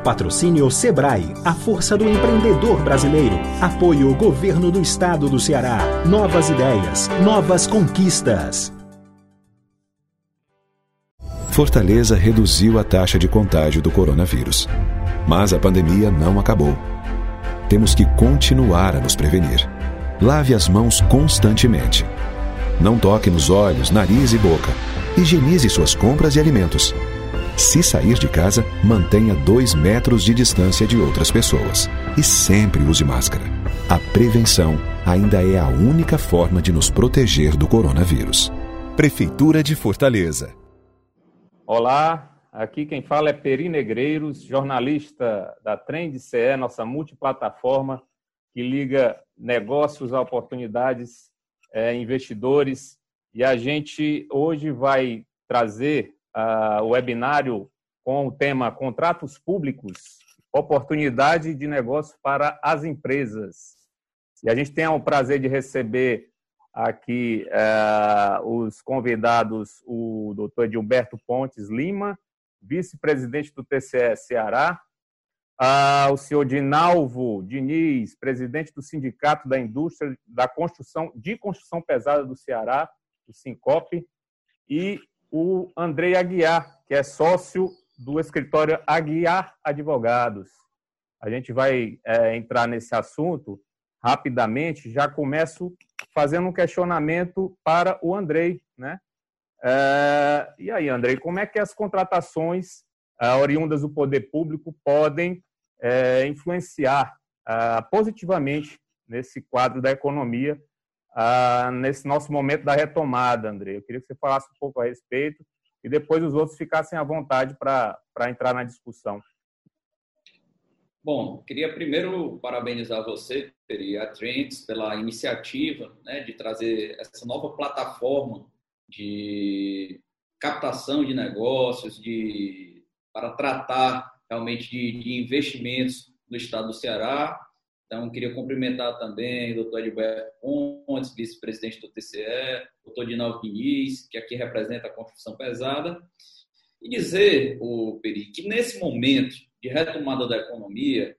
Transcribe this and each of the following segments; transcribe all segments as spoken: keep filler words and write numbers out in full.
Patrocínio Sebrae, a força do empreendedor brasileiro. Apoio Governo do Estado do Ceará. Novas ideias, novas conquistas. Fortaleza reduziu a taxa de contágio do coronavírus. Mas a pandemia não acabou. Temos que continuar a nos prevenir. Lave as mãos constantemente. Não toque nos olhos, nariz e boca. Higienize suas compras e alimentos. Se sair de casa, mantenha dois metros de distância de outras pessoas. E sempre use máscara. A prevenção ainda é a única forma de nos proteger do coronavírus. Prefeitura de Fortaleza. Olá, aqui quem fala é Peri Negreiros, jornalista da Trend C E, nossa multiplataforma que liga negócios a oportunidades, é, investidores. E a gente hoje vai trazer Uh, o webinário com o tema Contratos Públicos, oportunidade de negócio para as empresas. E a gente tem o prazer de receber aqui uh, os convidados, o doutor Edilberto Pontes Lima, vice-presidente do T C E Ceará, uh, o senhor Dinalvo Diniz, presidente do Sindicato da Indústria da Construção, de Construção Pesada do Ceará, o Sincope, e o Andrei Aguiar, que é sócio do escritório Aguiar Advogados. A gente vai é, entrar nesse assunto rapidamente. Já começo fazendo um questionamento para o Andrei, né? É, e aí, Andrei, como é que as contratações é, oriundas do poder público podem é, influenciar é, positivamente nesse quadro da economia, Ah, nesse nosso momento da retomada, André? Eu queria que você falasse um pouco a respeito e depois os outros ficassem à vontade para entrar na discussão. Bom, queria primeiro parabenizar você, Peri, a Trends, pela iniciativa, né, de trazer essa nova plataforma de captação de negócios, de, para tratar realmente de, de investimentos no estado do Ceará. Então, queria cumprimentar também o doutor Edilberto Pontes, vice-presidente do T C E, o doutor Dinalvo Diniz, que aqui representa a construção pesada, e dizer, o Peri, que nesse momento de retomada da economia,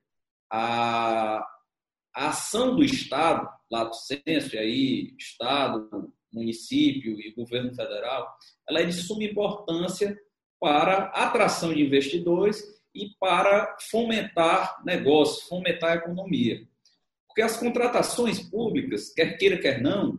a, a ação do Estado, lato sensu, e aí Estado, município e governo federal, ela é de suma importância para a atração de investidores e para fomentar negócios, fomentar a economia. Porque as contratações públicas, quer queira, quer não,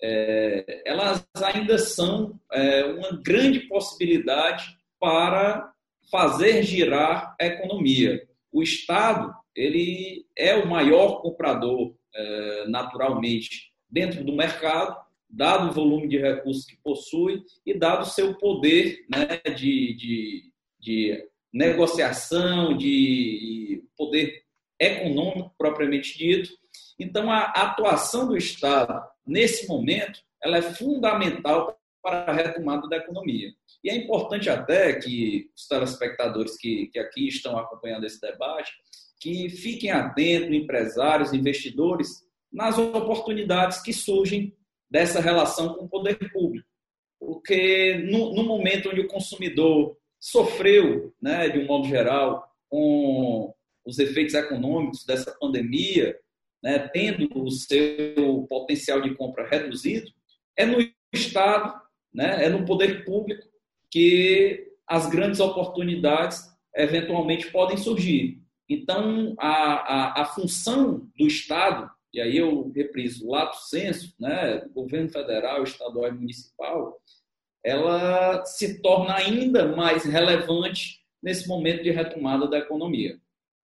é, elas ainda são é, uma grande possibilidade para fazer girar a economia. O Estado, ele é o maior comprador, é, naturalmente, dentro do mercado, dado o volume de recursos que possui e dado o seu poder, né, de, de, de negociação, de poder econômico propriamente dito. Então, a atuação do Estado, nesse momento, ela é fundamental para a retomada da economia. E é importante até que os telespectadores que, que aqui estão acompanhando esse debate, que fiquem atentos, empresários, investidores, nas oportunidades que surgem dessa relação com o poder público. Porque no, no momento onde o consumidor sofreu, né, de um modo geral, com os efeitos econômicos dessa pandemia, né, tendo o seu potencial de compra reduzido, é no Estado, né, é no poder público que as grandes oportunidades eventualmente podem surgir. Então, a, a, a função do Estado, e aí eu repriso, lato sensu, né, governo federal, estadual e municipal, ela se torna ainda mais relevante nesse momento de retomada da economia.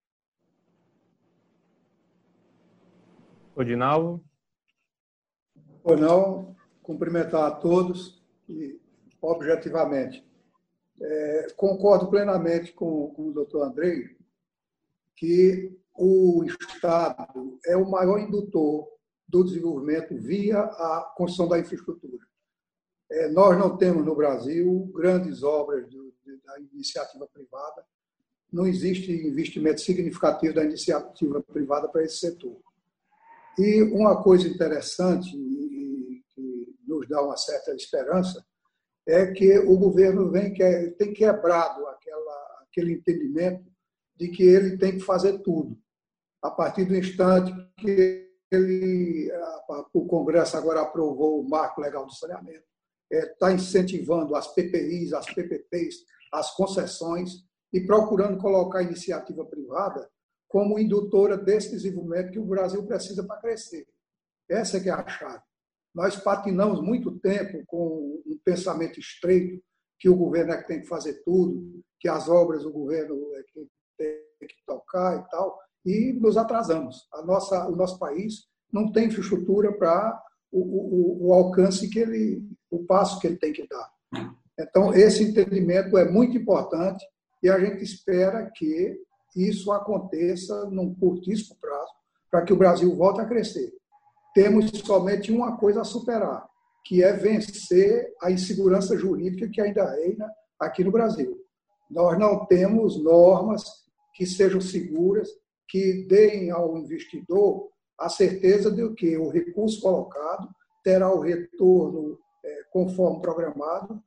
O Dinalvo? Pois não, cumprimentar a todos e, objetivamente, é, concordo plenamente com, com o doutor Andrei que o Estado é o maior indutor do desenvolvimento via a construção da infraestrutura. É, nós não temos no Brasil grandes obras do, da iniciativa privada, não existe investimento significativo da iniciativa privada para esse setor. E uma coisa interessante e que nos dá uma certa esperança é que o governo vem, tem quebrado aquela, aquele entendimento de que ele tem que fazer tudo. A partir do instante que ele, o Congresso agora aprovou o Marco Legal do Saneamento, está incentivando as P P Is, as P P Ps, as concessões e procurando colocar a iniciativa privada como indutora desse desenvolvimento que o Brasil precisa para crescer. Essa é que é a chave. Nós patinamos muito tempo com um pensamento estreito que o governo é que tem que fazer tudo, que as obras o governo é que tem que tocar e tal, e nos atrasamos. A nossa, o nosso país não tem infraestrutura para o, o, o alcance que ele, o passo que ele tem que dar. Então, esse entendimento é muito importante e a gente espera que isso aconteça num curtíssimo prazo para que o Brasil volte a crescer. Temos somente uma coisa a superar, que é vencer a insegurança jurídica que ainda reina aqui no Brasil. Nós não temos normas que sejam seguras, que deem ao investidor a certeza de que o recurso colocado terá o retorno é, conforme programado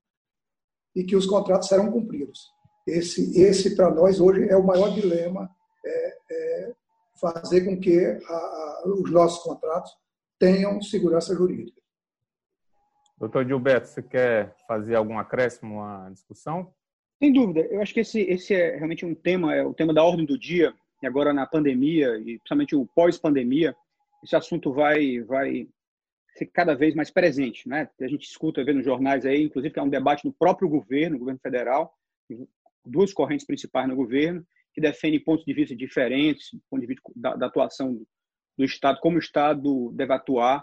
e que os contratos serão cumpridos. Esse, esse para nós, hoje, é o maior dilema, é, é fazer com que a, a, os nossos contratos tenham segurança jurídica. Doutor Gilberto, você quer fazer algum acréscimo à discussão? Sem dúvida. Eu acho que esse, esse é realmente um tema, é o tema da ordem do dia, e agora na pandemia, e principalmente o pós-pandemia, esse assunto vai, vai ser cada vez mais presente, né? A gente escuta, vê nos jornais aí, inclusive que é um debate no próprio governo, no governo federal, duas correntes principais no governo, que defendem pontos de vista diferentes, ponto de vista da, da atuação do, do Estado, como o Estado deve atuar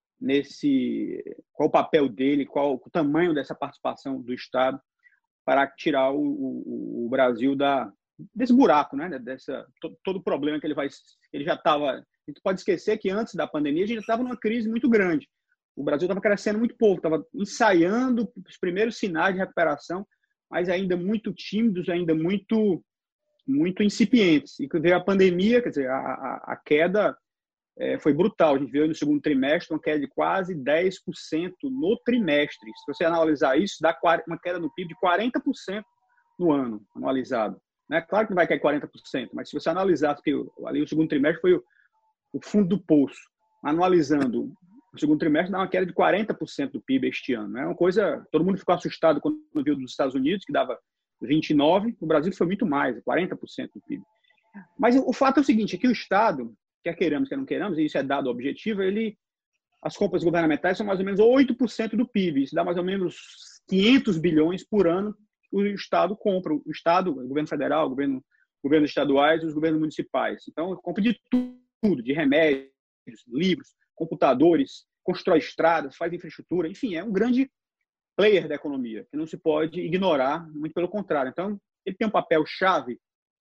nesse, qual o papel dele, qual o tamanho dessa participação do Estado para tirar o, o, o Brasil da, desse buraco, né? Dessa, todo, todo o problema que ele vai, ele já estava. A gente pode esquecer que antes da pandemia a gente estava numa crise muito grande. O Brasil estava crescendo muito pouco, estava ensaiando os primeiros sinais de recuperação, mas ainda muito tímidos, ainda muito, muito incipientes. E quando veio a pandemia, quer dizer, a, a, a queda é, foi brutal. A gente viu no segundo trimestre uma queda de quase dez por cento no trimestre. Se você analisar isso, dá uma queda no P I B de quarenta por cento no ano anualizado. Né? Claro que não vai cair quarenta por cento, mas se você analisar, porque ali o segundo trimestre foi o, o fundo do poço, anualizando o segundo trimestre, dá uma queda de quarenta por cento do P I B este ano. É uma coisa, todo mundo ficou assustado quando viu dos Estados Unidos, que dava vinte e nove por cento, o Brasil foi muito mais, quarenta por cento do P I B. Mas o fato é o seguinte, é que o Estado, quer queiramos, quer não queiramos, e isso é dado objetivo, ele, as compras governamentais são mais ou menos oito por cento do P I B, isso dá mais ou menos quinhentos bilhões por ano o Estado compra, o Estado, o governo federal, o governo, governos estaduais e os governos municipais. Então, compra de tudo, de remédios, livros, computadores, constrói estradas, faz infraestrutura, enfim, é um grande player da economia, que não se pode ignorar, muito pelo contrário. Então, ele tem um papel-chave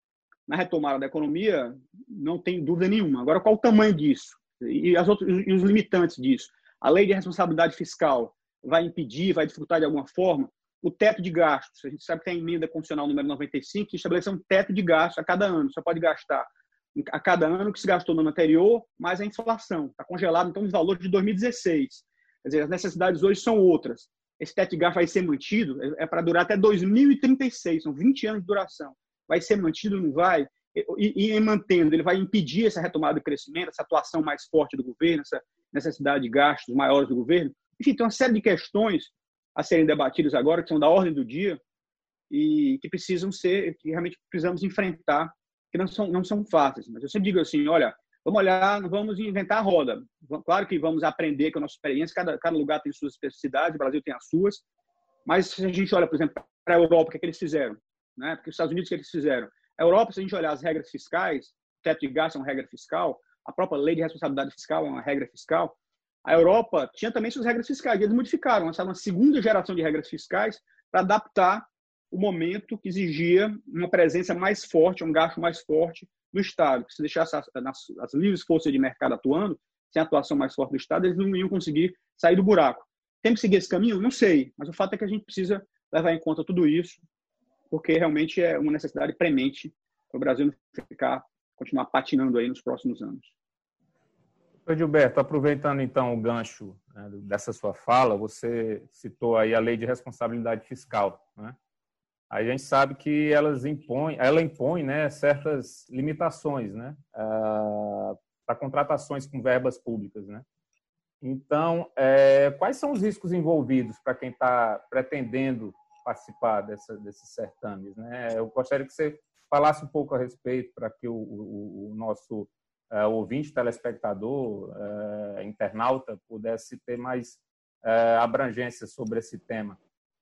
na retomada da economia, não tem dúvida nenhuma. Agora, qual o tamanho disso? E, as outras, e os limitantes disso? A lei de responsabilidade fiscal vai impedir, vai dificultar de alguma forma? O teto de gastos. A gente sabe que tem a emenda constitucional número noventa e cinco, que estabelece um teto de gastos a cada ano. Só pode gastar a cada ano o que se gastou no ano anterior, mais a inflação. Está congelado, então, os valores de dois mil e dezesseis. Quer dizer, as necessidades hoje são outras. Esse teto de gastos vai ser mantido, é para durar até dois mil e trinta e seis, são vinte anos de duração. Vai ser mantido, não vai? E, e mantendo, ele vai impedir essa retomada do crescimento, essa atuação mais forte do governo, essa necessidade de gastos maiores do governo. Enfim, tem uma série de questões a serem debatidas agora, que são da ordem do dia e que precisam ser, que realmente precisamos enfrentar, que não são, não são fáceis. Mas eu sempre digo assim, olha, vamos olhar, não vamos inventar a roda. Claro que vamos aprender com a nossa experiência, cada, cada lugar tem suas especificidades, o Brasil tem as suas, mas se a gente olha, por exemplo, para a Europa, o que é que eles fizeram? Né? Porque os Estados Unidos, o que eles fizeram? A Europa, se a gente olhar as regras fiscais, o teto de gasto é uma regra fiscal, a própria lei de responsabilidade fiscal é uma regra fiscal. A Europa tinha também suas regras fiscais, e eles modificaram, lançaram uma segunda geração de regras fiscais para adaptar o momento que exigia uma presença mais forte, um gasto mais forte do Estado. Se deixasse as, as livres forças de mercado atuando, sem a atuação mais forte do Estado, eles não iam conseguir sair do buraco. Tem que seguir esse caminho? Não sei, mas o fato é que a gente precisa levar em conta tudo isso, porque realmente é uma necessidade premente para o Brasil não ficar, continuar patinando aí nos próximos anos. Ô Gilberto, aproveitando então o gancho, né, dessa sua fala, você citou aí a lei de responsabilidade fiscal, né? a gente sabe que elas impõem, ela impõe, né, certas limitações, né, uh, para contratações com verbas públicas, né? Então, é, quais são os riscos envolvidos para quem está pretendendo participar dessa, desses certames, né? Eu gostaria que você falasse um pouco a respeito para que o, o, o nosso uh, ouvinte, telespectador, uh, internauta, pudesse ter mais uh, abrangência sobre esse tema.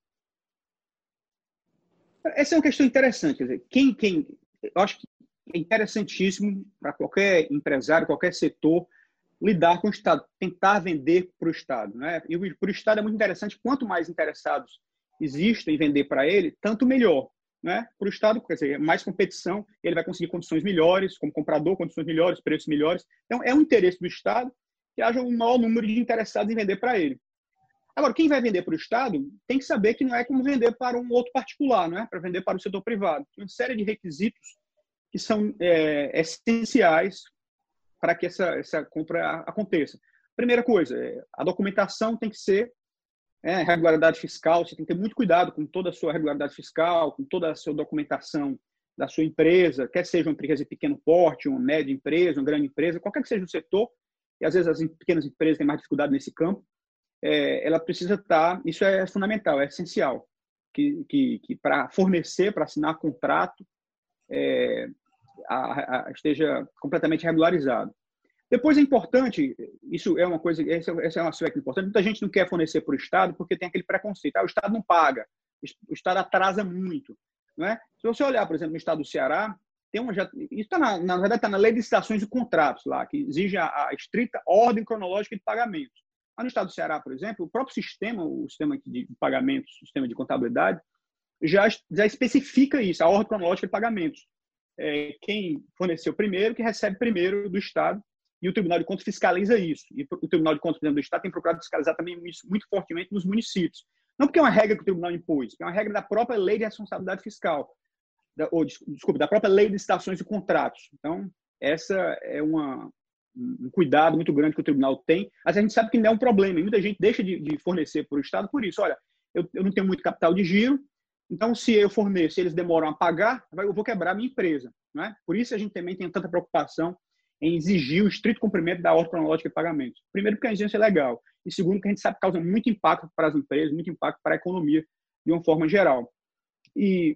Essa é uma questão interessante. Quer dizer, quem, quem, eu acho que é interessantíssimo para qualquer empresário, qualquer setor, lidar com o Estado, tentar vender para o Estado, né? E para o Estado é muito interessante, quanto mais interessados existem em vender para ele, tanto melhor, né? Para o Estado, quer dizer, mais competição, ele vai conseguir condições melhores, como comprador, condições melhores, preços melhores. Então, é um interesse do Estado que haja um maior número de interessados em vender para ele. Agora, quem vai vender para o Estado tem que saber que não é como vender para um outro particular, não é? Para vender para o setor privado. Tem uma série de requisitos que são é, essenciais para que essa, essa compra aconteça. Primeira coisa, a documentação tem que ser é, regularidade fiscal, você tem que ter muito cuidado com toda a sua regularidade fiscal, com toda a sua documentação da sua empresa, quer seja uma empresa de pequeno porte, uma média empresa, uma grande empresa, qualquer que seja o setor, e às vezes as pequenas empresas têm mais dificuldade nesse campo, é, ela precisa estar, isso é fundamental, é essencial, que, que, que para fornecer, para assinar contrato, é, A, a, esteja completamente regularizado. Depois é importante, isso é uma coisa, esse é, esse é um aspecto importante, muita gente não quer fornecer para o Estado porque tem aquele preconceito, ah, o Estado não paga, o Estado atrasa muito, não é? Se você olhar, por exemplo, no Estado do Ceará, tem uma, já, isso tá na, na verdade está na lei de licitações e contratos lá, que exige a, a estrita ordem cronológica de pagamentos. Mas no Estado do Ceará, por exemplo, o próprio sistema, o sistema de pagamentos, o sistema de contabilidade, já, já especifica isso, a ordem cronológica de pagamentos. É, quem forneceu primeiro, que recebe primeiro do Estado, e o Tribunal de Contas fiscaliza isso. E o Tribunal de Contas do Estado tem procurado fiscalizar também isso muito fortemente nos municípios. Não porque é uma regra que o Tribunal impôs, é uma regra da própria Lei de Responsabilidade Fiscal, da, ou, desculpa, da própria Lei de Licitações e Contratos. Então, essa é uma, um cuidado muito grande que o Tribunal tem, mas a gente sabe que não é um problema, e muita gente deixa de, de fornecer para o Estado por isso. Olha, eu, eu não tenho muito capital de giro, então, se eu forneço, se eles demoram a pagar, eu vou quebrar a minha empresa, não é? Por isso a gente também tem tanta preocupação em exigir o estrito cumprimento da ordem cronológica de pagamentos. Primeiro, porque a exigência é legal. E segundo, porque a gente sabe que causa muito impacto para as empresas, muito impacto para a economia, de uma forma geral. E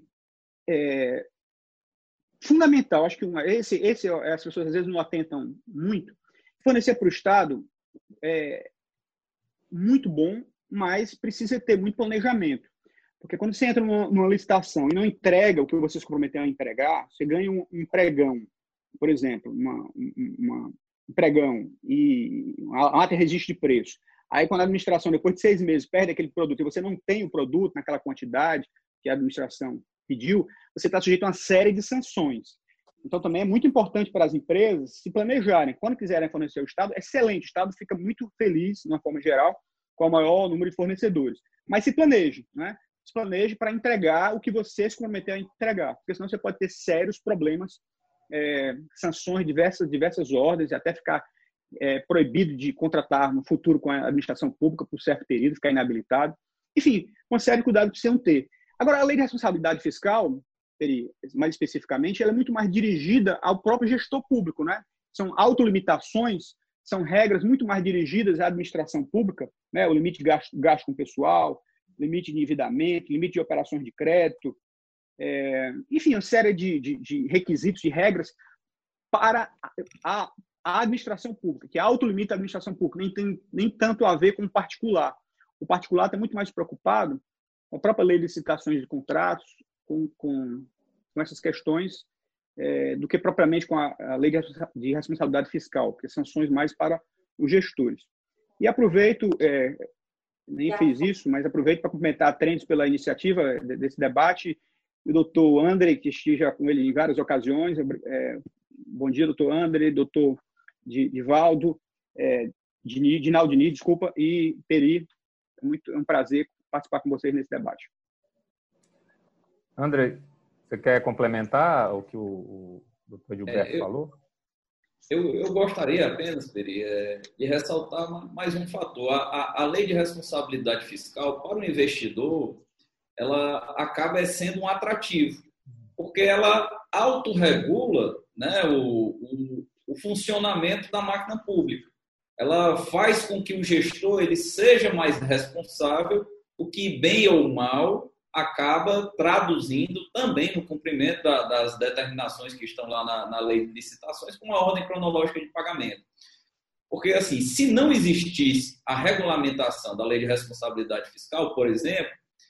é fundamental, acho que uma, esse, esse, as pessoas às vezes não atentam muito, fornecer para o Estado é muito bom, mas precisa ter muito planejamento. Porque quando você entra numa, numa licitação e não entrega o que você se comprometeu a entregar, você ganha um, um pregão, por exemplo, uma, uma, um pregão e uma ata de registro de preço. Aí, quando a administração, depois de seis meses, perde aquele produto e você não tem o produto naquela quantidade que a administração pediu, você está sujeito a uma série de sanções. Então, também é muito importante para as empresas se planejarem. Quando quiserem fornecer ao Estado, excelente. O Estado fica muito feliz, de uma forma geral, com o maior número de fornecedores. Mas se planeje, né? Se planeje para entregar o que você se comprometeu a entregar, porque senão você pode ter sérios problemas, é, sanções, diversas, diversas ordens, e até ficar é, proibido de contratar no futuro com a administração pública por certo período, ficar inabilitado. Enfim, uma série de cuidados que precisam ter. Agora, a lei de responsabilidade fiscal, mais especificamente, ela é muito mais dirigida ao próprio gestor público, né? São autolimitações, são regras muito mais dirigidas à administração pública, né? O limite de gasto, gasto com pessoal, limite de endividamento, limite de operações de crédito, é, enfim, uma série de, de, de requisitos, de regras para a, a administração pública, que autolimita a administração pública, nem tem nem tanto a ver com o particular. O particular está muito mais preocupado com a própria lei de licitações de contratos, com, com, com essas questões, é, do que propriamente com a, a lei de responsabilidade fiscal, que são sanções mais para os gestores. E aproveito... É, nem fiz isso, mas aproveito para cumprimentar a Trends pela iniciativa desse debate, e o doutor André, que esteja com ele em várias ocasiões. É, bom dia, doutor André, doutor Divaldo, é, Dinaldo Diniz, desculpa, e Peri. É, muito, é um prazer participar com vocês nesse debate. André, você quer complementar o que o, o doutor Gilberto é, eu... falou? Eu, eu gostaria apenas, Peri, de ressaltar mais um fator. A, a, a lei de responsabilidade fiscal para o investidor, ela acaba sendo um atrativo, porque ela autorregula, né, o, o, o funcionamento da máquina pública. Ela faz com que o gestor ele seja mais responsável, o que, bem ou mal, acaba traduzindo também no cumprimento da, das determinações que estão lá na, na lei de licitações com a ordem cronológica de pagamento. Porque, assim, se não existisse a regulamentação da lei de responsabilidade fiscal, por exemplo,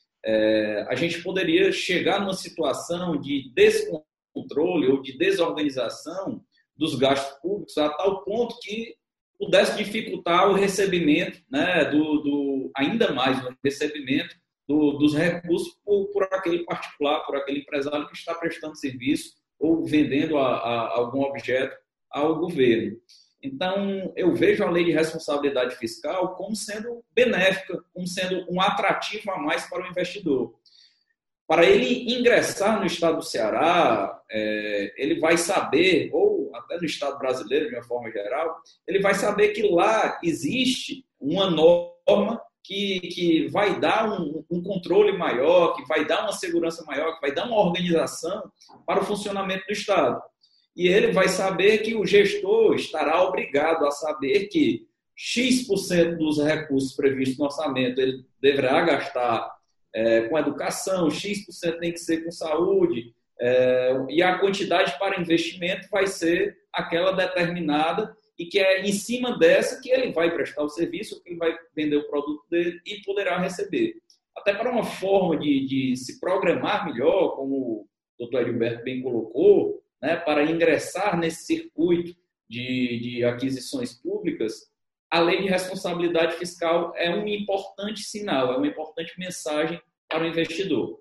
é, a gente poderia chegar numa situação de descontrole ou de desorganização dos gastos públicos a tal ponto que pudesse dificultar o recebimento, né, do, do, ainda mais o recebimento do, dos recursos por, por aquele particular, por aquele empresário que está prestando serviço ou vendendo a, a, algum objeto ao governo. Então, eu vejo a lei de responsabilidade fiscal como sendo benéfica, como sendo um atrativo a mais para o investidor. Para ele ingressar no estado do Ceará, é, ele vai saber, ou até no estado brasileiro de uma forma geral, ele vai saber que lá existe uma norma que, que vai dar um, um controle maior, que vai dar uma segurança maior, que vai dar uma organização para o funcionamento do estado. E ele vai saber que o gestor estará obrigado a saber que X por cento dos recursos previstos no orçamento ele deverá gastar é, com educação, X por cento tem que ser com saúde, é, e a quantidade para investimento vai ser aquela determinada e que é em cima dessa que ele vai prestar o serviço, que ele vai vender o produto dele e poderá receber. Até para uma forma de, de se programar melhor, como o doutor Edilberto bem colocou, né, para ingressar nesse circuito de, de aquisições públicas, a lei de responsabilidade fiscal é um importante sinal, é uma importante mensagem para o investidor.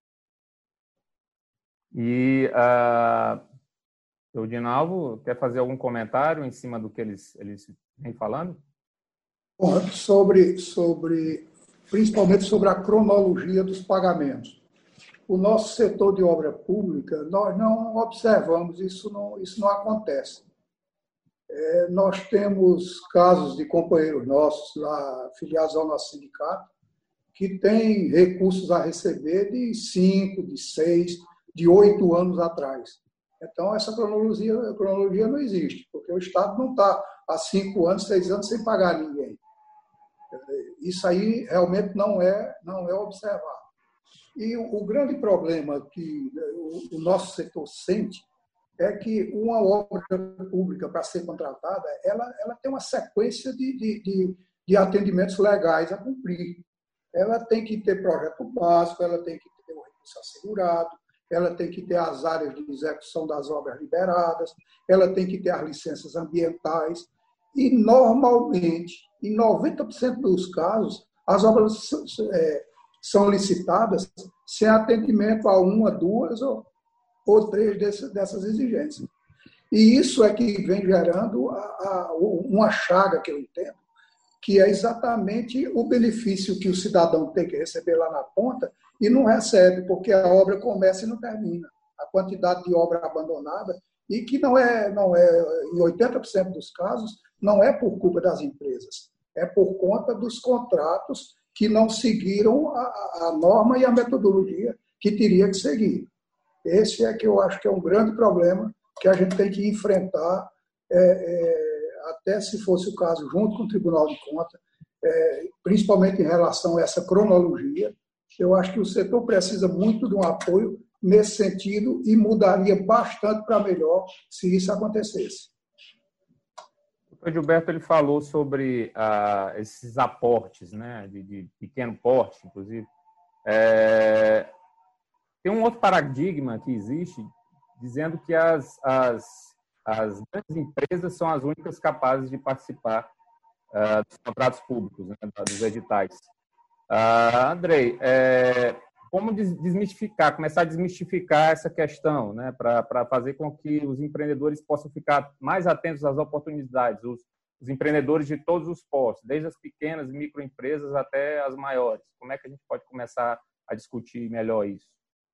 E uh, o Dinalvo quer fazer algum comentário em cima do que eles, eles vêm falando? Bom, sobre, sobre, principalmente sobre a cronologia dos pagamentos. O nosso setor de obra pública, nós não observamos, isso não, isso não acontece. É, nós temos casos de companheiros nossos, lá, filiados ao nosso sindicato, que têm recursos a receber de cinco, de seis, de oito anos atrás. Então, essa cronologia, cronologia não existe, porque o Estado não está há cinco anos, seis anos sem pagar ninguém. Isso aí realmente não é, não é observado. E o, o grande problema que o, o nosso setor sente é que uma obra pública, para ser contratada, ela, ela tem uma sequência de, de, de, de atendimentos legais a cumprir. Ela tem que ter projeto básico, ela tem que ter o recurso assegurado, ela tem que ter as áreas de execução das obras liberadas, ela tem que ter as licenças ambientais. E, normalmente, em noventa por cento dos casos, as obras é, são licitadas sem atendimento a uma, duas ou, ou três dessas, dessas exigências. E isso é que vem gerando a, a, uma chaga, que eu entendo, que é exatamente o benefício que o cidadão tem que receber lá na ponta e não recebe, porque a obra começa e não termina. A quantidade de obra abandonada, e que não é, não é, em oitenta por cento dos casos, não é por culpa das empresas, é por conta dos contratos que não seguiram a, a norma e a metodologia que teria que seguir. Esse é que eu acho que é um grande problema que a gente tem que enfrentar, é, é, até se fosse o caso, junto com o Tribunal de Contas, é, principalmente em relação a essa cronologia. Eu acho que o setor precisa muito de um apoio nesse sentido e mudaria bastante para melhor se isso acontecesse. O Edilberto ele falou sobre ah, esses aportes, né, de, de pequeno porte, inclusive. É, tem um outro paradigma que existe, dizendo que as, as, as grandes empresas são as únicas capazes de participar ah, dos contratos públicos, né, dos editais. Ah, Andrei, é, como desmistificar, começar a desmistificar essa questão, né, para fazer com que os empreendedores possam ficar mais atentos às oportunidades, os, os empreendedores de todos os postos, desde as pequenas e microempresas até as maiores. Como é que a gente pode começar a discutir melhor isso?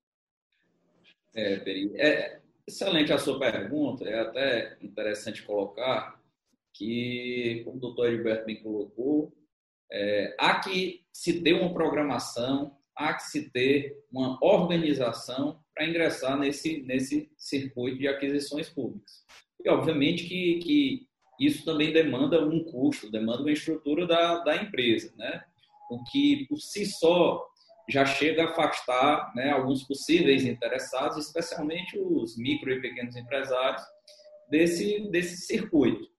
É, Peri, é excelente a sua pergunta, é até interessante colocar que, como o doutor Edilberto bem colocou, é, há que se ter uma programação, há que se ter uma organização para ingressar nesse, nesse circuito de aquisições públicas. E, obviamente, que, que isso também demanda um custo, demanda uma estrutura da, da empresa, né? O que, por si só, já chega a afastar, né, alguns possíveis interessados, especialmente os micro e pequenos empresários, desse, desse circuito.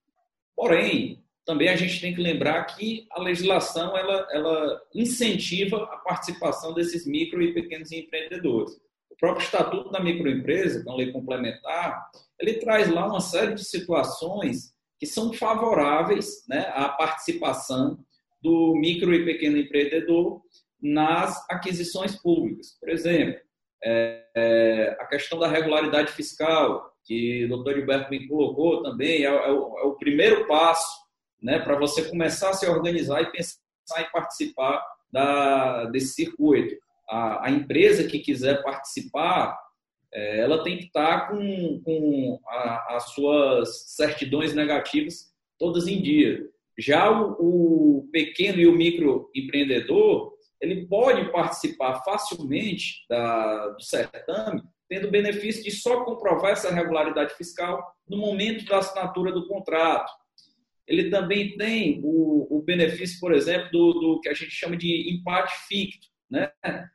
Porém, também a gente tem que lembrar que a legislação ela, ela incentiva a participação desses micro e pequenos empreendedores. O próprio Estatuto da Microempresa, que é uma lei complementar, ele traz lá uma série de situações que são favoráveis, né, à participação do micro e pequeno empreendedor nas aquisições públicas. Por exemplo, é, é, a questão da regularidade fiscal, que o doutor Gilberto me colocou também, é, é, o, é o primeiro passo, né, para você começar a se organizar e pensar em participar da, desse circuito. A, a empresa que quiser participar, é, ela tem que estar com, com a, as suas certidões negativas todas em dia. Já o, o pequeno e o microempreendedor, ele pode participar facilmente da, do certame, tendo o benefício de só comprovar essa regularidade fiscal no momento da assinatura do contrato. Ele também tem o, o benefício, por exemplo, do, do que a gente chama de empate ficto, né?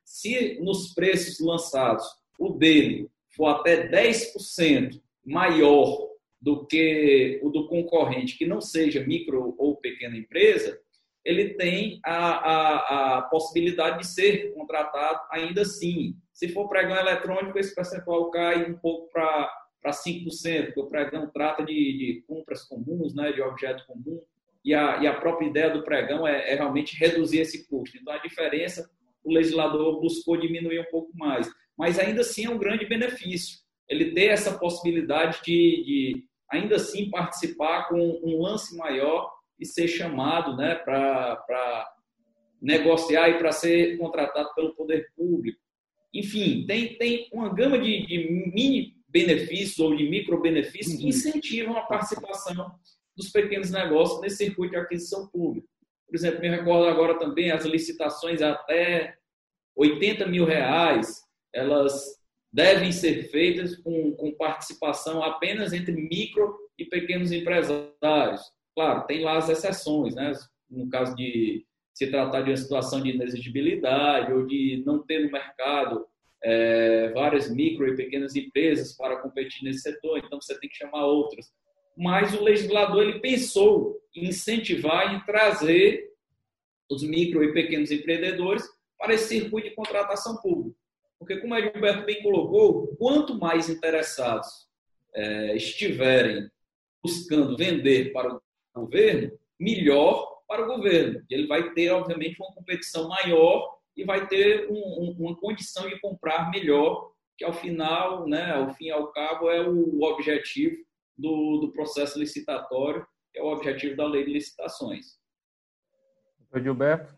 Se nos preços lançados o dele for até dez por cento maior do que o do concorrente, que não seja micro ou pequena empresa, ele tem a, a, a possibilidade de ser contratado ainda assim. Se for pregão eletrônico, esse percentual cai um pouco para para cinco por cento, porque o pregão trata de, de compras comuns, né, de objeto comum, e a, e a própria ideia do pregão é, é realmente reduzir esse custo. Então, a diferença, o legislador buscou diminuir um pouco mais. Mas, ainda assim, é um grande benefício. Ele ter essa possibilidade de, de ainda assim, participar com um lance maior e ser chamado, né, para negociar e para ser contratado pelo poder público. Enfim, tem, tem uma gama de, de mini benefícios ou de micro benefícios que incentivam a participação dos pequenos negócios nesse circuito de aquisição pública. Por exemplo, me recordo agora também as licitações até oitenta mil reais, elas devem ser feitas com, com participação apenas entre micro e pequenos empresários. Claro, tem lá as exceções, né? No caso de se tratar de uma situação de inexigibilidade ou de não ter no mercado É, várias micro e pequenas empresas para competir nesse setor, então você tem que chamar outras. Mas o legislador ele pensou em incentivar e trazer os micro e pequenos empreendedores para esse circuito de contratação pública. Porque, como o Gilberto bem colocou, quanto mais interessados é, estiverem buscando vender para o governo, melhor para o governo. Ele vai ter, obviamente, uma competição maior e vai ter um, um, uma condição de comprar melhor, que ao final, né, ao fim e ao cabo, é o objetivo do, do processo licitatório, que é o objetivo da lei de licitações. Doutor Gilberto?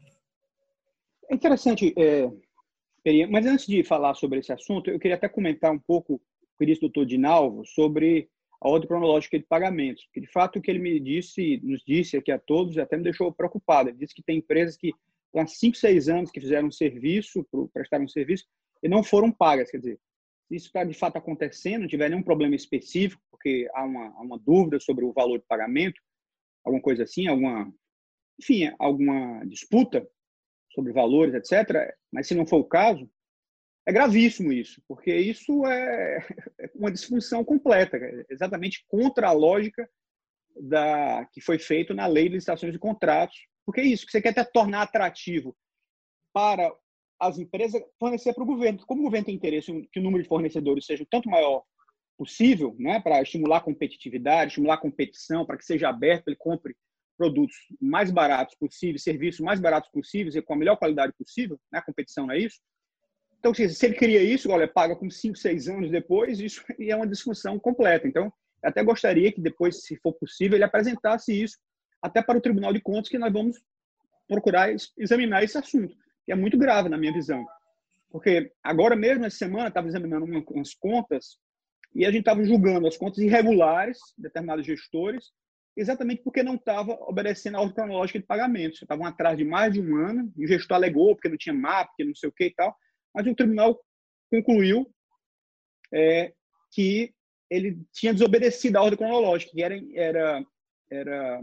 É interessante, é, mas antes de falar sobre esse assunto, eu queria até comentar um pouco com o doutor Dinalvo sobre a ordem cronológica de pagamentos, porque de fato o que ele me disse, nos disse aqui a todos, até me deixou preocupado. Ele disse que tem empresas que há cinco, seis anos que fizeram um serviço, prestaram um serviço, e não foram pagas. Quer dizer, se isso está de fato acontecendo, não tiver nenhum problema específico, porque há uma, há uma dúvida sobre o valor de pagamento, alguma coisa assim, alguma, enfim, alguma disputa sobre valores, etcétera, mas se não for o caso, é gravíssimo isso, porque isso é uma disfunção completa, exatamente contra a lógica da, que foi feita na lei de licitações de contratos. Porque é isso, que você quer até tornar atrativo para as empresas fornecer para o governo. Como o governo tem interesse em que o número de fornecedores seja o tanto maior possível, né, para estimular a competitividade, estimular a competição, para que seja aberto, ele compre produtos mais baratos possíveis, serviços mais baratos possíveis e com a melhor qualidade possível, né, a competição não é isso? Então, se ele cria isso, olha, paga com cinco, seis anos depois, isso é uma disfunção completa. Então, eu até gostaria que depois, se for possível, ele apresentasse isso até para o Tribunal de Contas, que nós vamos procurar examinar esse assunto, que é muito grave na minha visão. Porque agora mesmo, essa semana, estava examinando umas contas e a gente estava julgando as contas irregulares de determinados gestores exatamente porque não estava obedecendo a ordem cronológica de pagamentos. Estavam atrás de mais de um ano, e o gestor alegou porque não tinha mapa, porque não sei o que e tal, mas o tribunal concluiu é, que ele tinha desobedecido a ordem cronológica, que era, era, era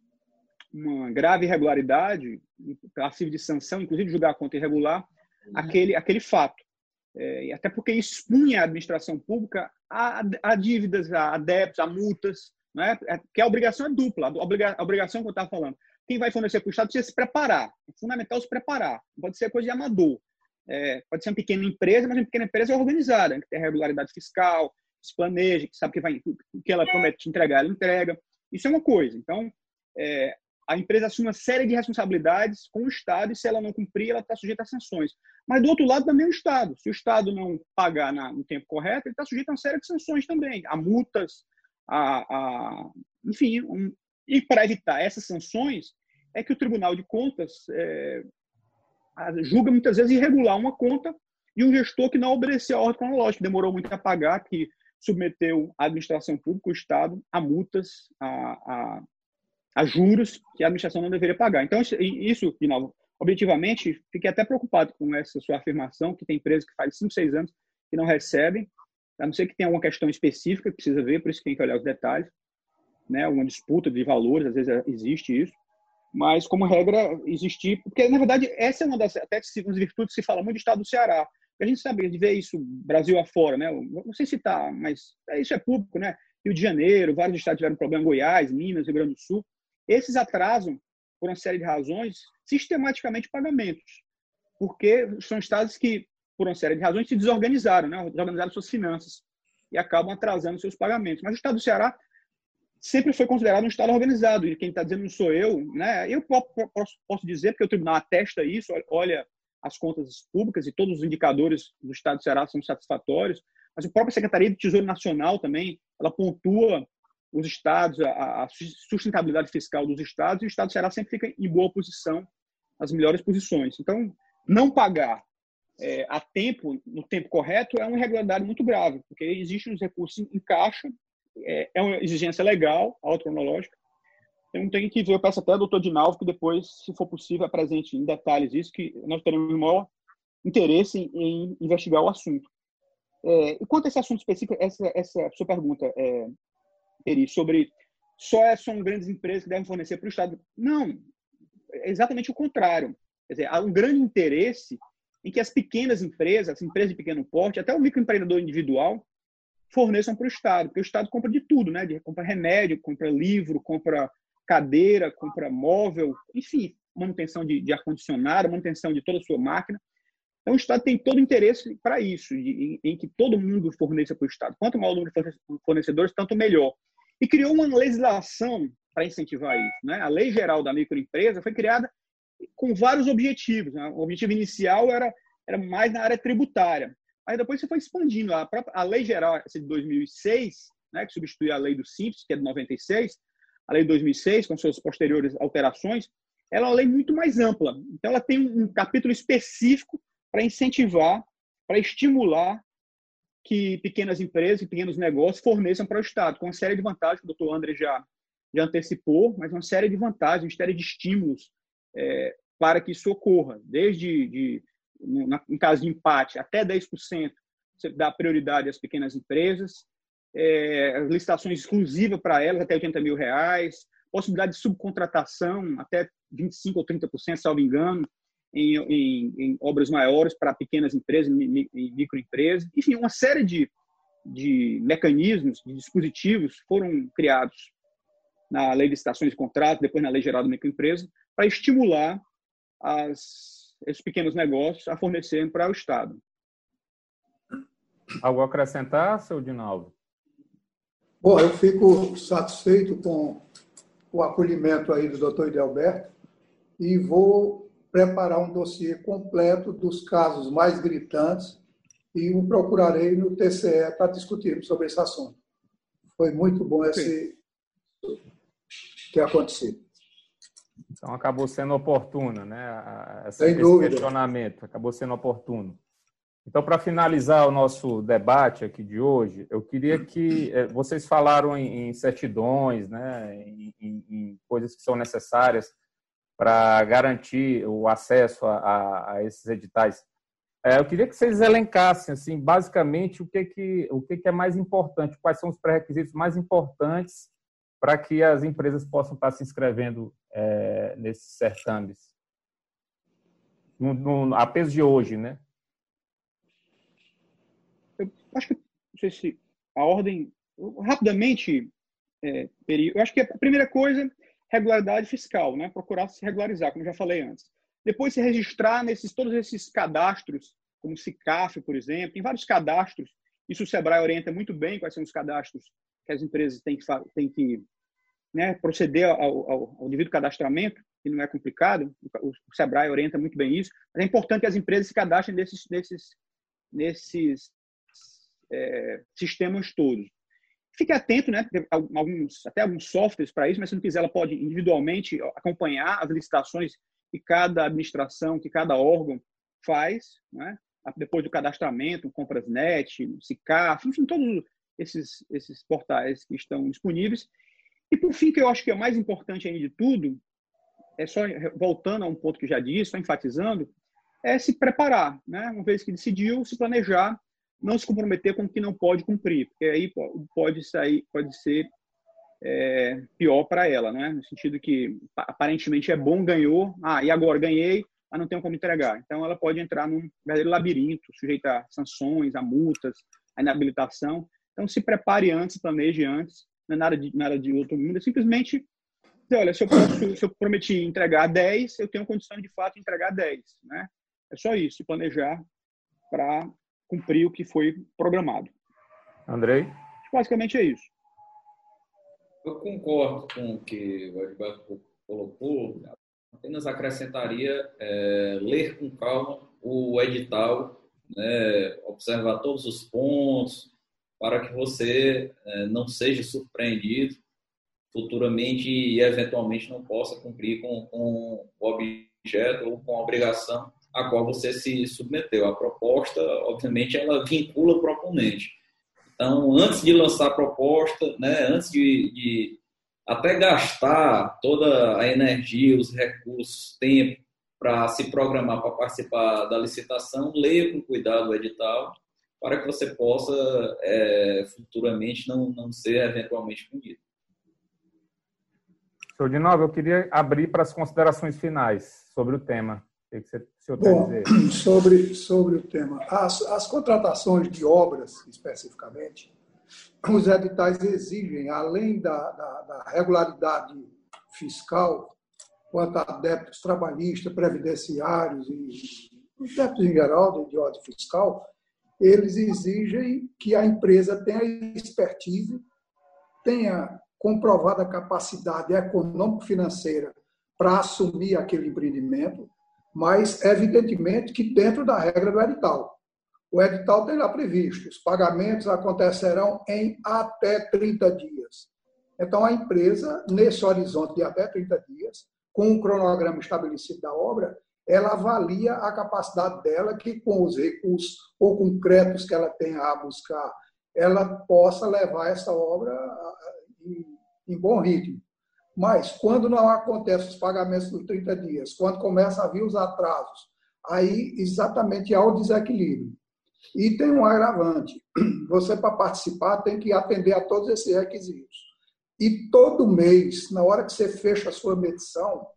uma grave irregularidade, passivo de sanção, inclusive julgar a conta irregular, uhum. aquele, aquele fato. É, até porque expunha a administração pública a, a dívidas, a, a débitos, a multas, né? Que a obrigação é dupla. A, obriga, a obrigação que eu estava falando, quem vai fornecer para o Estado precisa se preparar. É fundamental se preparar. Não pode ser coisa de amador. É, pode ser uma pequena empresa, mas uma pequena empresa é organizada, que tem regularidade fiscal, se planeja, que sabe que vai, o que ela promete te entregar, ela entrega. Isso é uma coisa. Então, é, a empresa assume uma série de responsabilidades com o Estado e se ela não cumprir, ela está sujeita a sanções. Mas, do outro lado, também o Estado. Se o Estado não pagar na, no tempo correto, ele está sujeito a uma série de sanções também, a multas, a, a enfim. Um, e para evitar essas sanções, é que o Tribunal de Contas é, julga muitas vezes irregular uma conta de um gestor que não obedeceu a ordem cronológica, demorou muito a pagar, que submeteu a administração pública, o Estado, a multas, a, a, a juros que a administração não deveria pagar. Então, isso, de novo, objetivamente, fiquei até preocupado com essa sua afirmação, que tem empresas que fazem cinco, seis anos que não recebem, a não ser que tenha alguma questão específica que precisa ver, por isso que tem que olhar os detalhes, né? Uma disputa de valores, às vezes existe isso, mas, como regra, existir, porque, na verdade, essa é uma das, até das virtudes que se fala muito do Estado do Ceará. A gente sabe de ver isso Brasil afora, né? Não sei citar, mas isso é público, né? Rio de Janeiro, vários estados tiveram problema, Goiás, Minas, Rio Grande do Sul. Esses atrasam, por uma série de razões, sistematicamente pagamentos, porque são estados que, por uma série de razões, se desorganizaram, né? Desorganizaram suas finanças e acabam atrasando seus pagamentos. Mas o Estado do Ceará sempre foi considerado um Estado organizado, e quem está dizendo não sou eu, né? Eu posso, posso dizer, porque o tribunal atesta isso, olha as contas públicas e todos os indicadores do Estado do Ceará são satisfatórios, mas a própria Secretaria do Tesouro Nacional também, ela pontua os estados, a, a sustentabilidade fiscal dos estados, e o Estado do Ceará sempre fica em boa posição, nas melhores posições. Então, não pagar é, a tempo, no tempo correto, é uma irregularidade muito grave, porque existem os recursos em caixa, é, é uma exigência legal, autocronológica. Então, tem que ver, eu peço até ao doutor Dinalvo que depois, se for possível, apresente em detalhes isso, que nós teremos o maior interesse em, em investigar o assunto. É, e quanto a esse assunto específico, essa, essa sua pergunta, é, Eri, sobre só são grandes empresas que devem fornecer para o Estado. Não, é exatamente o contrário. Quer dizer, há um grande interesse em que as pequenas empresas, as empresas de pequeno porte, até o microempreendedor individual, forneçam para o Estado, porque o Estado compra de tudo, né? Compra remédio, compra livro, compra cadeira, compra móvel, enfim, manutenção de, de ar-condicionado, manutenção de toda a sua máquina. Então, o Estado tem todo o interesse para isso, em, em que todo mundo forneça para o Estado. Quanto maior o número de fornecedores, tanto melhor. E criou uma legislação para incentivar isso, né? A Lei Geral da Microempresa foi criada com vários objetivos, né? O objetivo inicial era, era mais na área tributária. Aí depois você foi expandindo. A, própria, a Lei Geral essa de dois mil e seis, né, que substitui a Lei do Simples, que é de noventa e seis, a Lei de dois mil e seis, com suas posteriores alterações, ela é uma lei muito mais ampla. Então, ela tem um capítulo específico para incentivar, para estimular que pequenas empresas e pequenos negócios forneçam para o Estado, com uma série de vantagens que o doutor André já, já antecipou, mas uma série de vantagens, uma série de estímulos é, para que isso ocorra, desde, de, no, na, em caso de empate, até dez por cento você dá prioridade às pequenas empresas, é, licitações exclusivas para elas, até oitenta mil reais, possibilidade de subcontratação, até vinte e cinco por cento ou trinta por cento, salvo engano, Em, em, em obras maiores para pequenas empresas e microempresas. Enfim, uma série de, de mecanismos, de dispositivos foram criados na Lei de Licitações e Contratos, depois na Lei Geral da Microempresa, para estimular as, esses pequenos negócios a fornecerem para o Estado. Algo a acrescentar, seu Dinaldo? Bom, eu fico satisfeito com o acolhimento aí do doutor Idelberto e vou preparar um dossiê completo dos casos mais gritantes e o procurarei no T C E para discutirmos sobre esse assunto. Foi muito bom esse que aconteceu. Então, acabou sendo oportuna, né? Essa, Sem esse dúvida. questionamento acabou sendo oportuno. Então, para finalizar o nosso debate aqui de hoje, eu queria que eh, vocês falaram em, em certidões, né, em, em, em coisas que são necessárias para garantir o acesso a, a, a esses editais. É, eu queria que vocês elencassem, assim, basicamente, o que, que, o que, que é mais importante, quais são os pré-requisitos mais importantes para que as empresas possam estar se inscrevendo é, nesses certames. No, no, a peso de hoje, né? Eu acho que, não sei se a ordem, rapidamente, é, eu acho que a primeira coisa, regularidade fiscal, né? Procurar se regularizar, como já falei antes. Depois se registrar nesses todos esses cadastros, como o SICAF, por exemplo, em vários cadastros. Isso o Sebrae orienta muito bem quais são os cadastros que as empresas têm que, têm que né, proceder ao, ao, ao devido cadastramento, que não é complicado, o, o Sebrae orienta muito bem isso, mas é importante que as empresas se cadastrem nesses, nesses, nesses é, sistemas todos. Fique atento, né? Tem alguns, até alguns softwares para isso, mas se não quiser, ela pode individualmente acompanhar as licitações que cada administração, que cada órgão faz, né? Depois do cadastramento, Comprasnet, SICAF, enfim, todos esses, esses portais que estão disponíveis. E, por fim, que eu acho que é mais importante ainda de tudo, é só voltando a um ponto que já disse, só enfatizando, é se preparar, né? Uma vez que decidiu, se planejar, não se comprometer com o que não pode cumprir, porque aí pode sair, pode ser é, pior para ela, né? No sentido que aparentemente é bom, ganhou, ah, e agora ganhei, mas não tenho como entregar. Então ela pode entrar num verdadeiro labirinto, sujeita a sanções, a multas, a inabilitação. Então se prepare antes, planeje antes, não é nada de, nada de outro mundo, é simplesmente dizer, olha, se eu, posso, se eu prometi entregar dez, eu tenho condição de fato de entregar dez, né? É só isso, planejar para cumprir o que foi programado. Andrei? Basicamente é isso. Eu concordo com o que o Edilberto colocou, apenas acrescentaria é, ler com calma o edital, né, observar todos os pontos, para que você é, não seja surpreendido futuramente e eventualmente não possa cumprir com, com o objeto ou com a obrigação a qual você se submeteu. A proposta, obviamente, ela vincula o proponente. Então, antes de lançar a proposta, né, antes de, de até gastar toda a energia, os recursos, tempo para se programar para participar da licitação, leia com cuidado o edital para que você possa é, futuramente não, não ser eventualmente punido. Senhor de Nova, eu queria abrir para as considerações finais sobre o tema. O que você, o senhor Bom, quer dizer? sobre, sobre o tema. As, as contratações de obras, especificamente, os editais exigem, além da, da, da regularidade fiscal, quanto a débitos trabalhistas, previdenciários e os débitos em geral de, de ordem fiscal, eles exigem que a empresa tenha expertise, tenha comprovada capacidade econômico-financeira para assumir aquele empreendimento, mas, evidentemente, que dentro da regra do edital. O edital tem lá previsto, os pagamentos acontecerão em até trinta dias. Então, a empresa, nesse horizonte de até trinta dias, com o cronograma estabelecido da obra, ela avalia a capacidade dela que, com os recursos ou concretos que ela tenha a buscar, ela possa levar essa obra em, em bom ritmo. Mas, quando não acontecem os pagamentos dos trinta dias, quando começa a vir os atrasos, aí exatamente há o desequilíbrio. E tem um agravante. Você, para participar, tem que atender a todos esses requisitos. E todo mês, na hora que você fecha a sua medição,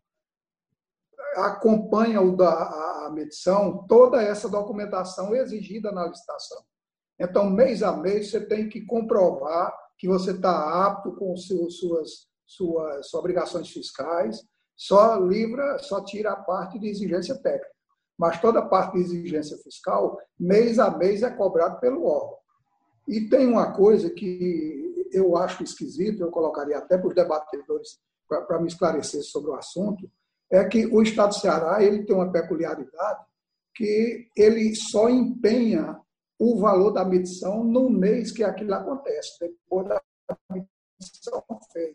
acompanha o da, a medição toda essa documentação exigida na licitação. Então, mês a mês, você tem que comprovar que você está apto com seus, suas, suas, suas obrigações fiscais, só livra, só tira a parte de exigência técnica. Mas toda a parte de exigência fiscal, mês a mês, é cobrado pelo órgão. E tem uma coisa que eu acho esquisita, eu colocaria até para os debatedores para me esclarecer sobre o assunto, é que o Estado do Ceará ele tem uma peculiaridade que ele só empenha o valor da medição no mês que aquilo acontece, depois da medição feita.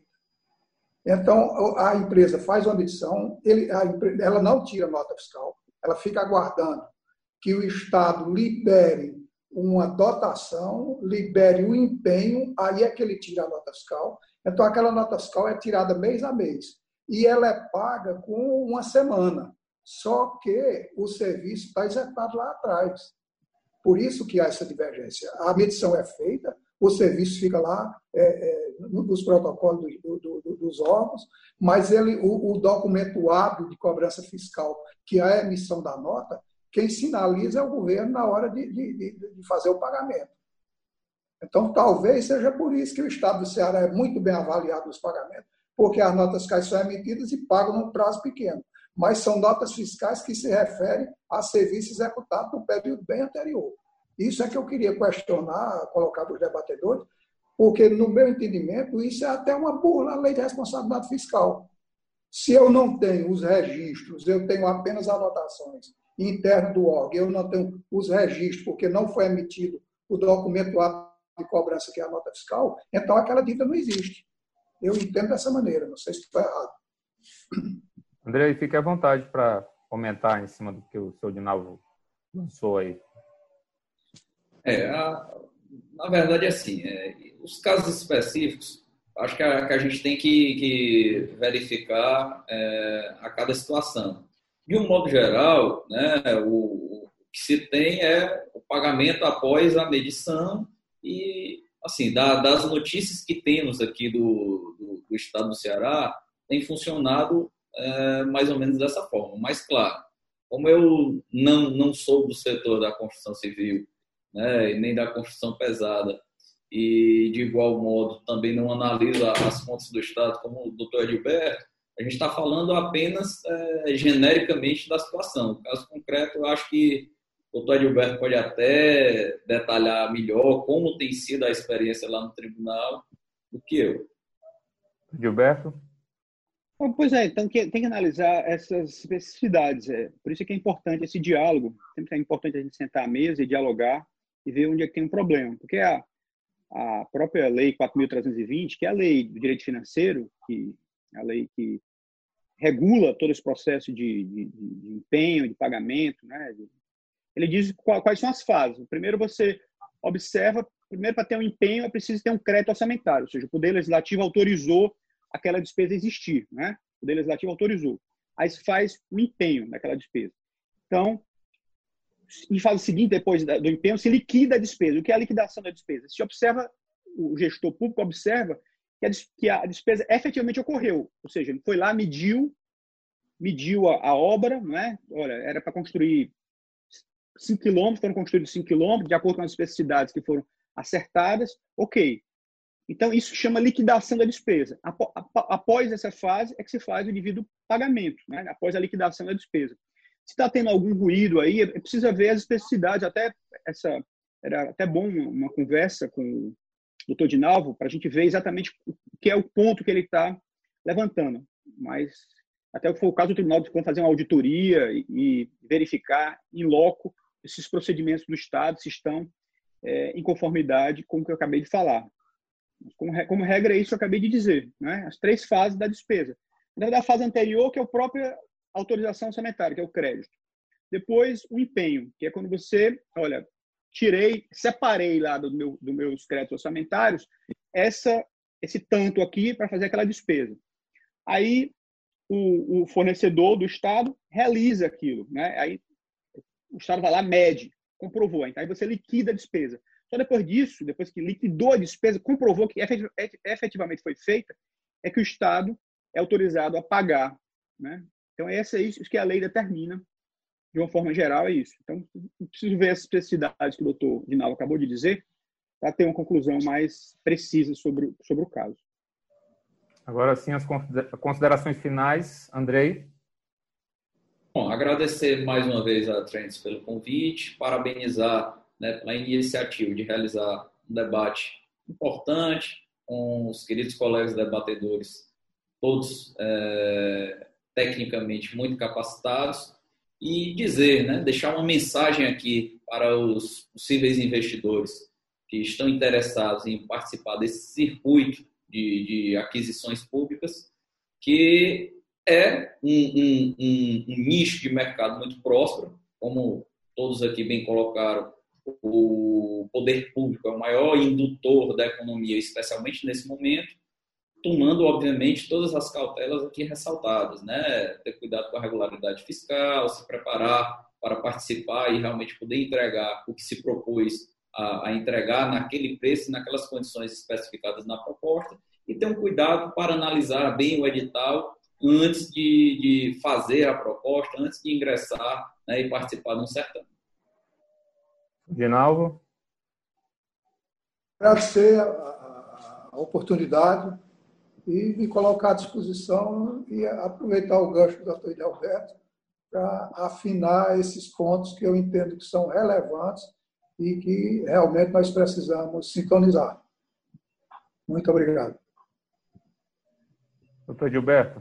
Então, a empresa faz uma medição, ele, a empresa, ela não tira nota fiscal, ela fica aguardando que o Estado libere uma dotação, libere o empenho, aí é que ele tira a nota fiscal. Então, aquela nota fiscal é tirada mês a mês. E ela é paga com uma semana. Só que o serviço está executado lá atrás. Por isso que há essa divergência. A medição é feita, o serviço fica lá é, é, nos protocolos do, do, do, dos órgãos, mas ele, o, o documento hábil de cobrança fiscal, que é a emissão da nota, quem sinaliza é o governo na hora de, de, de fazer o pagamento. Então, talvez seja por isso que o Estado do Ceará é muito bem avaliado nos pagamentos, porque as notas fiscais são emitidas e pagam num prazo pequeno. Mas são notas fiscais que se referem a serviços executados no período bem anterior. Isso é que eu queria questionar, colocar para os debatedores, porque, no meu entendimento, isso é até uma burla à lei de responsabilidade fiscal. Se eu não tenho os registros, eu tenho apenas anotações internas do órgão, eu não tenho os registros, porque não foi emitido o documento de cobrança, que é a nota fiscal, então aquela dívida não existe. Eu entendo dessa maneira, não sei se estou errado. André, fique à vontade para comentar em cima do que o senhor Dinalvo lançou aí. É, a, na verdade, assim, é, os casos específicos, acho que a, que a gente tem que, que verificar é, a cada situação. De um modo geral, né, o, o que se tem é o pagamento após a medição e, assim, da, das notícias que temos aqui do, do, do Estado do Ceará, tem funcionado é, mais ou menos dessa forma. Mas, claro, como eu não, não sou do setor da construção civil, né, e nem da construção pesada, e, de igual modo, também não analiso as contas do Estado, como o doutor Edilberto, a gente está falando apenas é, genericamente da situação. No caso concreto, eu acho que o doutor Edilberto pode até detalhar melhor como tem sido a experiência lá no tribunal do que eu. Edilberto? Pois é, então tem que analisar essas especificidades. É. Por isso é que é importante esse diálogo. Sempre é importante a gente sentar à mesa e dialogar e ver onde é que tem um problema. Porque a, a própria Lei quatro mil trezentos e vinte, que é a lei do direito financeiro, que é a lei que regula todo esse processo de, de, de empenho, de pagamento, né? Ele diz quais são as fases. Primeiro, você observa, primeiro, para ter um empenho, é preciso ter um crédito orçamentário, ou seja, o Poder Legislativo autorizou aquela despesa existir, né? O Poder Legislativo autorizou. Aí se faz o empenho daquela despesa. Então, em fase seguinte, depois do empenho, se liquida a despesa. O que é a liquidação da despesa? Se observa, o gestor público observa que a despesa efetivamente ocorreu. Ou seja, ele foi lá, mediu, mediu a, a obra, não é? Olha, era para construir cinco quilômetros, foram construídos cinco quilômetros, de acordo com as especificidades que foram acertadas, ok. Então, isso chama liquidação da despesa. Após essa fase, é que se faz o devido pagamento, né? Após a liquidação da despesa. Se está tendo algum ruído aí, é preciso ver as especificidades. Até essa, era até bom uma conversa com o doutor Dinalvo para a gente ver exatamente o que é o ponto que ele está levantando. Mas até foi o caso do tribunal de fazer uma auditoria e, e verificar em loco esses procedimentos do Estado se estão é, em conformidade com o que eu acabei de falar. Como, como regra, é isso que eu acabei de dizer, né? As três fases da despesa. Então, da fase anterior, que é a própria autorização orçamentária, que é o crédito. Depois, o empenho, que é quando você, olha, tirei, separei lá do meu, dos meus créditos orçamentários essa, esse tanto aqui para fazer aquela despesa. Aí, o, o fornecedor do Estado realiza aquilo, né? Aí, o Estado vai lá, mede, comprovou. Então, aí você liquida a despesa. Só depois disso, depois que liquidou a despesa, comprovou que efetivamente foi feita, é que o Estado é autorizado a pagar, né? Então, essa é isso que a lei determina, de uma forma geral, é isso. Então, preciso ver as especificidades que o doutor Dinalvo acabou de dizer, para ter uma conclusão mais precisa sobre, sobre o caso. Agora sim, as considerações finais. Andrei? Bom, agradecer mais uma vez a Trends pelo convite, parabenizar, né, pela iniciativa de realizar um debate importante com os queridos colegas debatedores, todos é, tecnicamente muito capacitados, e dizer, né, deixar uma mensagem aqui para os possíveis investidores que estão interessados em participar desse circuito de, de aquisições públicas, que é um, um, um, um nicho de mercado muito próspero, como todos aqui bem colocaram, o poder público é o maior indutor da economia, especialmente nesse momento, tomando, obviamente, todas as cautelas aqui ressaltadas, né? Ter cuidado com a regularidade fiscal, se preparar para participar e realmente poder entregar o que se propôs a, a entregar naquele preço, naquelas condições especificadas na proposta, e ter um cuidado para analisar bem o edital antes de, de fazer a proposta, antes de ingressar, né, e participar de um certame. Ginaldo? Agradecer a, a, a oportunidade e me colocar à disposição e aproveitar o gancho do doutor Alberto para afinar esses pontos que eu entendo que são relevantes e que realmente nós precisamos sintonizar. Muito obrigado. Doutor Gilberto?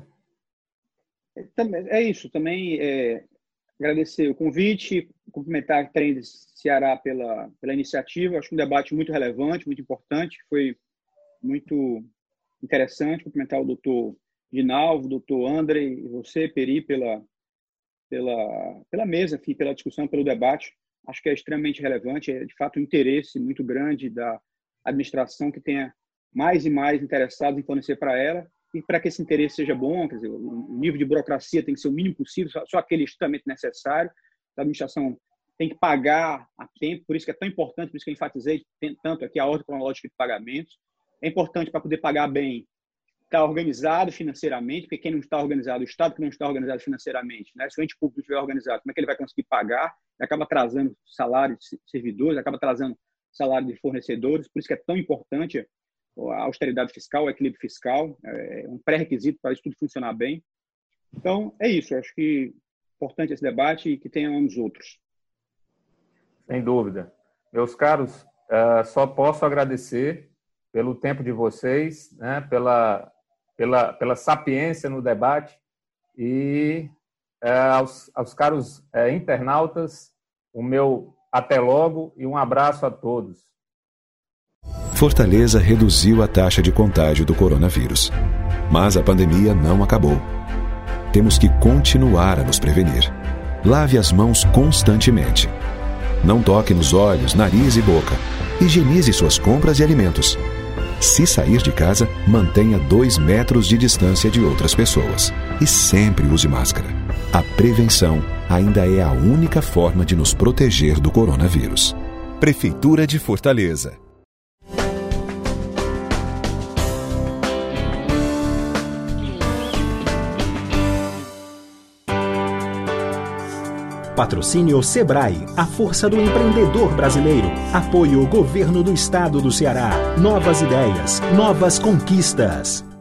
É isso, também é, agradecer o convite, cumprimentar a Trends Ceará pela, pela iniciativa. Acho um debate muito relevante, muito importante, foi muito interessante. Cumprimentar o doutor Ginaldo, o doutor André e você, Peri, pela, pela, pela mesa, enfim, pela discussão, pelo debate. Acho que é extremamente relevante, é de fato um interesse muito grande da administração que tenha mais e mais interessados em fornecer para ela, e para que esse interesse seja bom, quer dizer, o nível de burocracia tem que ser o mínimo possível, só, só aquele estritamente necessário. A administração tem que pagar a tempo, por isso que é tão importante, por isso que eu enfatizei tanto aqui a ordem cronológica de pagamentos. É importante para poder pagar bem, estar organizado financeiramente, porque quem não está organizado, o Estado que não está organizado financeiramente, né? Se o ente público estiver organizado, como é que ele vai conseguir pagar? Ele acaba atrasando salário de servidores, acaba atrasando salário de fornecedores, por isso que é tão importante a austeridade fiscal, o equilíbrio fiscal, é um pré-requisito para isso tudo funcionar bem. Então, é isso. Eu acho que é importante esse debate e que tenhamos outros. Sem dúvida. Meus caros, uh, só posso agradecer pelo tempo de vocês, né, pela, pela, pela sapiência no debate e uh, aos, aos caros uh, internautas, o meu até logo e um abraço a todos. Fortaleza reduziu a taxa de contágio do coronavírus. Mas a pandemia não acabou. Temos que continuar a nos prevenir. Lave as mãos constantemente. Não toque nos olhos, nariz e boca. Higienize suas compras e alimentos. Se sair de casa, mantenha dois metros de distância de outras pessoas. E sempre use máscara. A prevenção ainda é a única forma de nos proteger do coronavírus. Prefeitura de Fortaleza. Patrocínio Sebrae, a força do empreendedor brasileiro. Apoio Governo do Estado do Ceará. Novas ideias, novas conquistas.